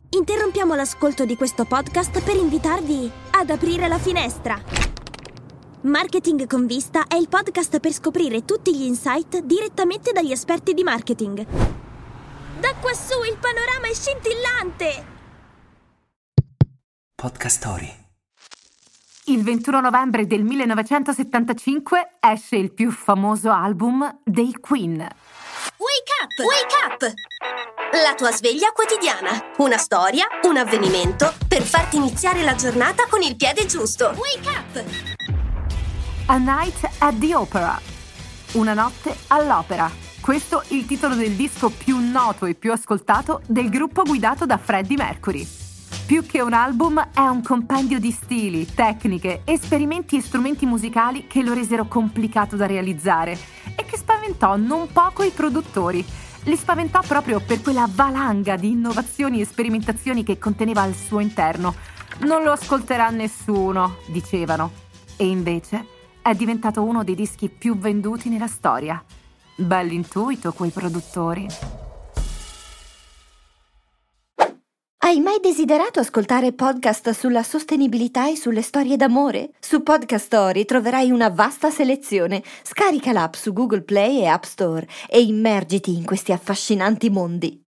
Interrompiamo l'ascolto di questo podcast per invitarvi ad aprire la finestra. Marketing con Vista è il podcast per scoprire tutti gli insight direttamente dagli esperti di marketing. Da quassù il panorama è scintillante! Podcast Story. Il 21 novembre del 1975 esce il più famoso album dei Queen. Wake up! Wake up! La tua sveglia quotidiana. Una storia, un avvenimento per farti iniziare la giornata con il piede giusto. Wake up! A Night at the Opera. Una notte all'opera. Questo è il titolo del disco più noto e più ascoltato del gruppo guidato da Freddie Mercury. Più che un album, è un compendio di stili, tecniche, esperimenti e strumenti musicali che lo resero complicato da realizzare e che spaventò non poco i produttori. Li spaventò proprio per quella valanga di innovazioni e sperimentazioni che conteneva al suo interno. Non lo ascolterà nessuno, dicevano. E invece è diventato uno dei dischi più venduti nella storia. Bell'intuito quei produttori. Hai mai desiderato ascoltare podcast sulla sostenibilità e sulle storie d'amore? Su Podcast Story troverai una vasta selezione. Scarica l'app su Google Play e App Store e immergiti in questi affascinanti mondi.